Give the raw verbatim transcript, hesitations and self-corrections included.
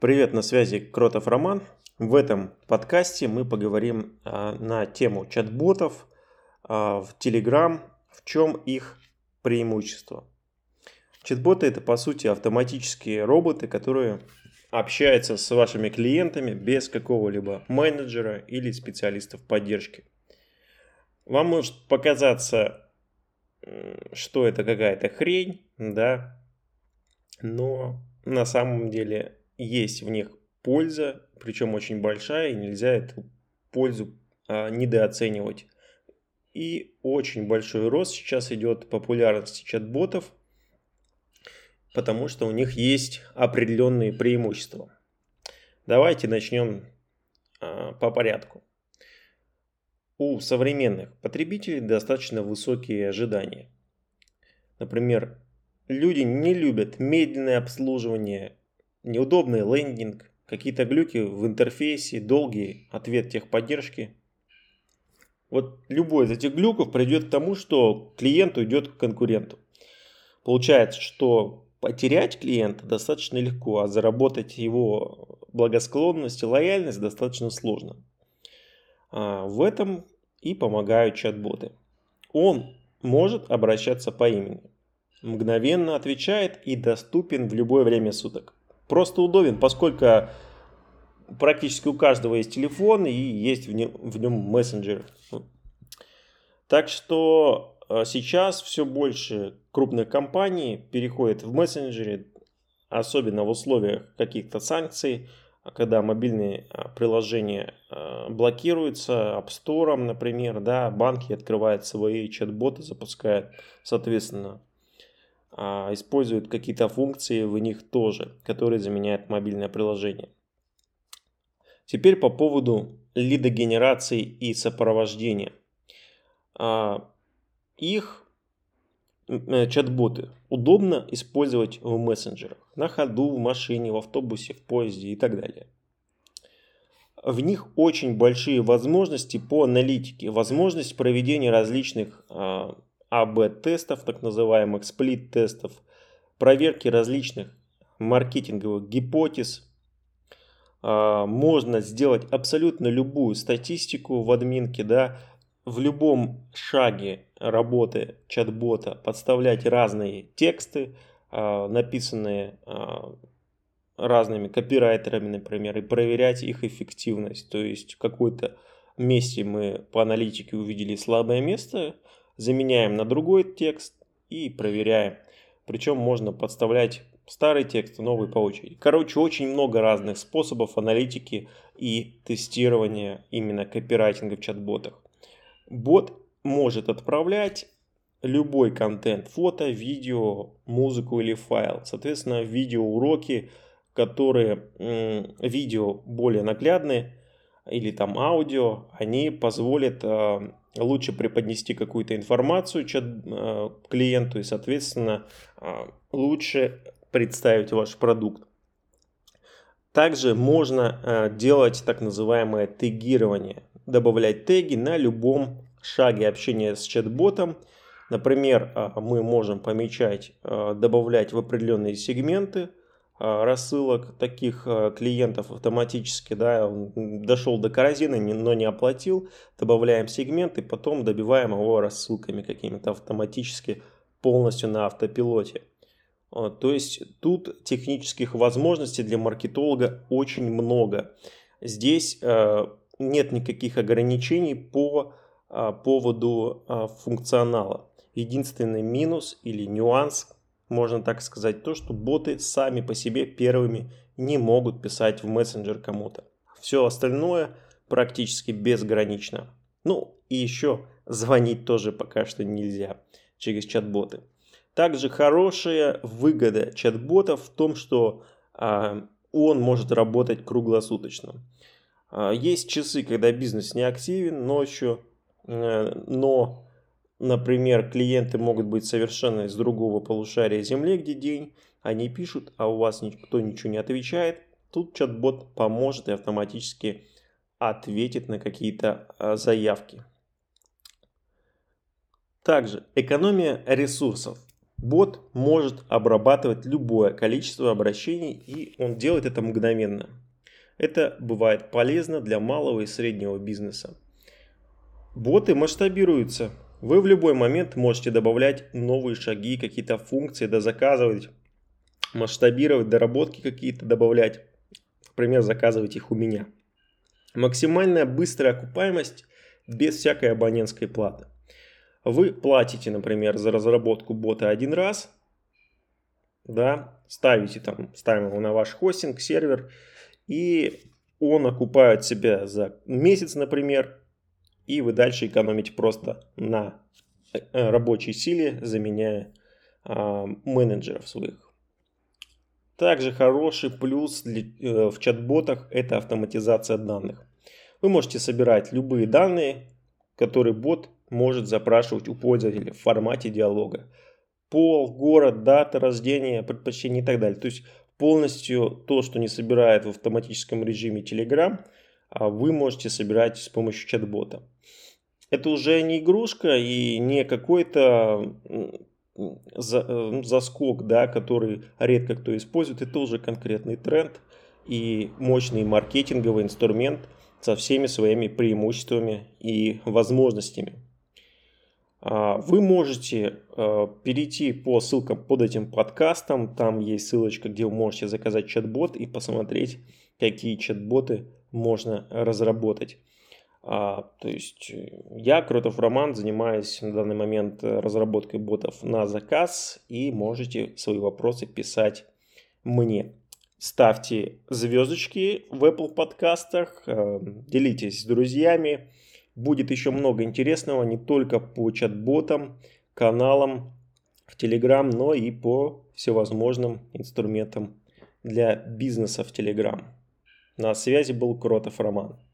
Привет, на связи Кротов Роман. В этом подкасте мы поговорим а, на тему чат-ботов а, в Telegram, в чем их преимущество. Чат-боты это по сути автоматические роботы, которые общаются с вашими клиентами без какого-либо менеджера или специалистов поддержки. Вам может показаться, что это какая-то хрень, да, но на самом деле есть в них польза, причем очень большая, и нельзя эту пользу а, недооценивать. И очень большой рост сейчас идет популярности чат-ботов, потому что у них есть определенные преимущества. Давайте начнем а, по порядку. У современных потребителей достаточно высокие ожидания. Например, люди не любят медленное обслуживание, неудобный лендинг, какие-то глюки в интерфейсе, долгий ответ техподдержки. Вот любой из этих глюков приведет к тому, что клиент уйдет к конкуренту. Получается, что потерять клиента достаточно легко, а заработать его благосклонность и лояльность достаточно сложно. А в этом и помогают чат-боты. Он может обращаться по имени, мгновенно отвечает и доступен в любое время суток. Просто удобен, поскольку практически у каждого есть телефон и есть в нем, в нем мессенджер. Так что сейчас все больше крупных компаний переходят в мессенджеры, особенно в условиях каких-то санкций, когда мобильные приложения блокируются App Store, например, да, банки открывают свои чат-боты, запускают, соответственно, используют какие-то функции в них тоже, которые заменяют мобильное приложение. Теперь по поводу лидогенерации и сопровождения. Их чат-боты удобно использовать в мессенджерах, на ходу, в машине, в автобусе, в поезде и так далее. В них очень большие возможности по аналитике, возможность проведения различных эй би тестов, так называемых сплит-тестов, проверки различных маркетинговых гипотез. Можно сделать абсолютно любую статистику в админке, да, в любом шаге работы чат-бота подставлять разные тексты, написанные разными копирайтерами, например, и проверять их эффективность. То есть в какой-то месте мы по аналитике увидели слабое место, заменяем на другой текст и проверяем. Причем можно подставлять старый текст и новый по очереди. Короче, очень много разных способов аналитики и тестирования именно копирайтинга в чат-ботах. Бот может отправлять любой контент, фото, видео, музыку или файл. Соответственно, видеоуроки, которые м, видео более наглядные, или там аудио, они позволят э, лучше преподнести какую-то информацию чат, э, клиенту и, соответственно, э, лучше представить ваш продукт. Также можно э, делать так называемое тегирование, добавлять теги на любом шаге общения с чат-ботом. Например, э, мы можем помечать, э, добавлять в определенные сегменты рассылок таких клиентов автоматически, да, он дошел до корзины, но не оплатил, добавляем сегмент и потом добиваем его рассылками какими-то автоматически полностью на автопилоте. То есть тут технических возможностей для маркетолога очень много. Здесь нет никаких ограничений по поводу функционала. Единственный минус или нюанс, можно так сказать, то, что боты сами по себе первыми не могут писать в мессенджер кому-то. Все остальное практически безгранично. Ну и еще звонить тоже пока что нельзя через чат-боты. Также хорошая выгода чат-бота в том, что а, он может работать круглосуточно. А, есть часы, когда бизнес не активен ночью, а, но... Например, клиенты могут быть совершенно из другого полушария Земли, где день, они пишут, а у вас никто ничего не отвечает. Тут чат-бот поможет и автоматически ответит на какие-то заявки. Также экономия ресурсов. Бот может обрабатывать любое количество обращений, и он делает это мгновенно. Это бывает полезно для малого и среднего бизнеса. Боты масштабируются. Вы в любой момент можете добавлять новые шаги, какие-то функции, дозаказывать, масштабировать, доработки какие-то добавлять. Например, заказывать их у меня. Максимальная быстрая окупаемость без всякой абонентской платы. Вы платите, например, за разработку бота один раз, да, ставите там, ставим его на ваш хостинг, сервер, и он окупает себя за месяц, например, и вы дальше экономите просто на рабочей силе, заменяя а, менеджеров своих. Также хороший плюс для, э, в чат-ботах — это автоматизация данных. Вы можете собирать любые данные, которые бот может запрашивать у пользователя в формате диалога. Пол, город, дата рождения, предпочтения и так далее. То есть полностью то, что не собирает в автоматическом режиме Telegram, вы можете собирать с помощью чат-бота. Это уже не игрушка и не какой-то заскок, да, который редко кто использует. Это уже конкретный тренд и мощный маркетинговый инструмент со всеми своими преимуществами и возможностями. Вы можете перейти по ссылкам под этим подкастом. Там есть ссылочка, где вы можете заказать чат-бот и посмотреть, какие чат-боты можно разработать. А, то есть я, Кротов Роман, занимаюсь на данный момент разработкой ботов на заказ, и можете свои вопросы писать мне. Ставьте звездочки в Apple подкастах, делитесь с друзьями. Будет еще много интересного не только по чат-ботам, каналам в Telegram, но и по всевозможным инструментам для бизнеса в Telegram. На связи был Кротов Роман.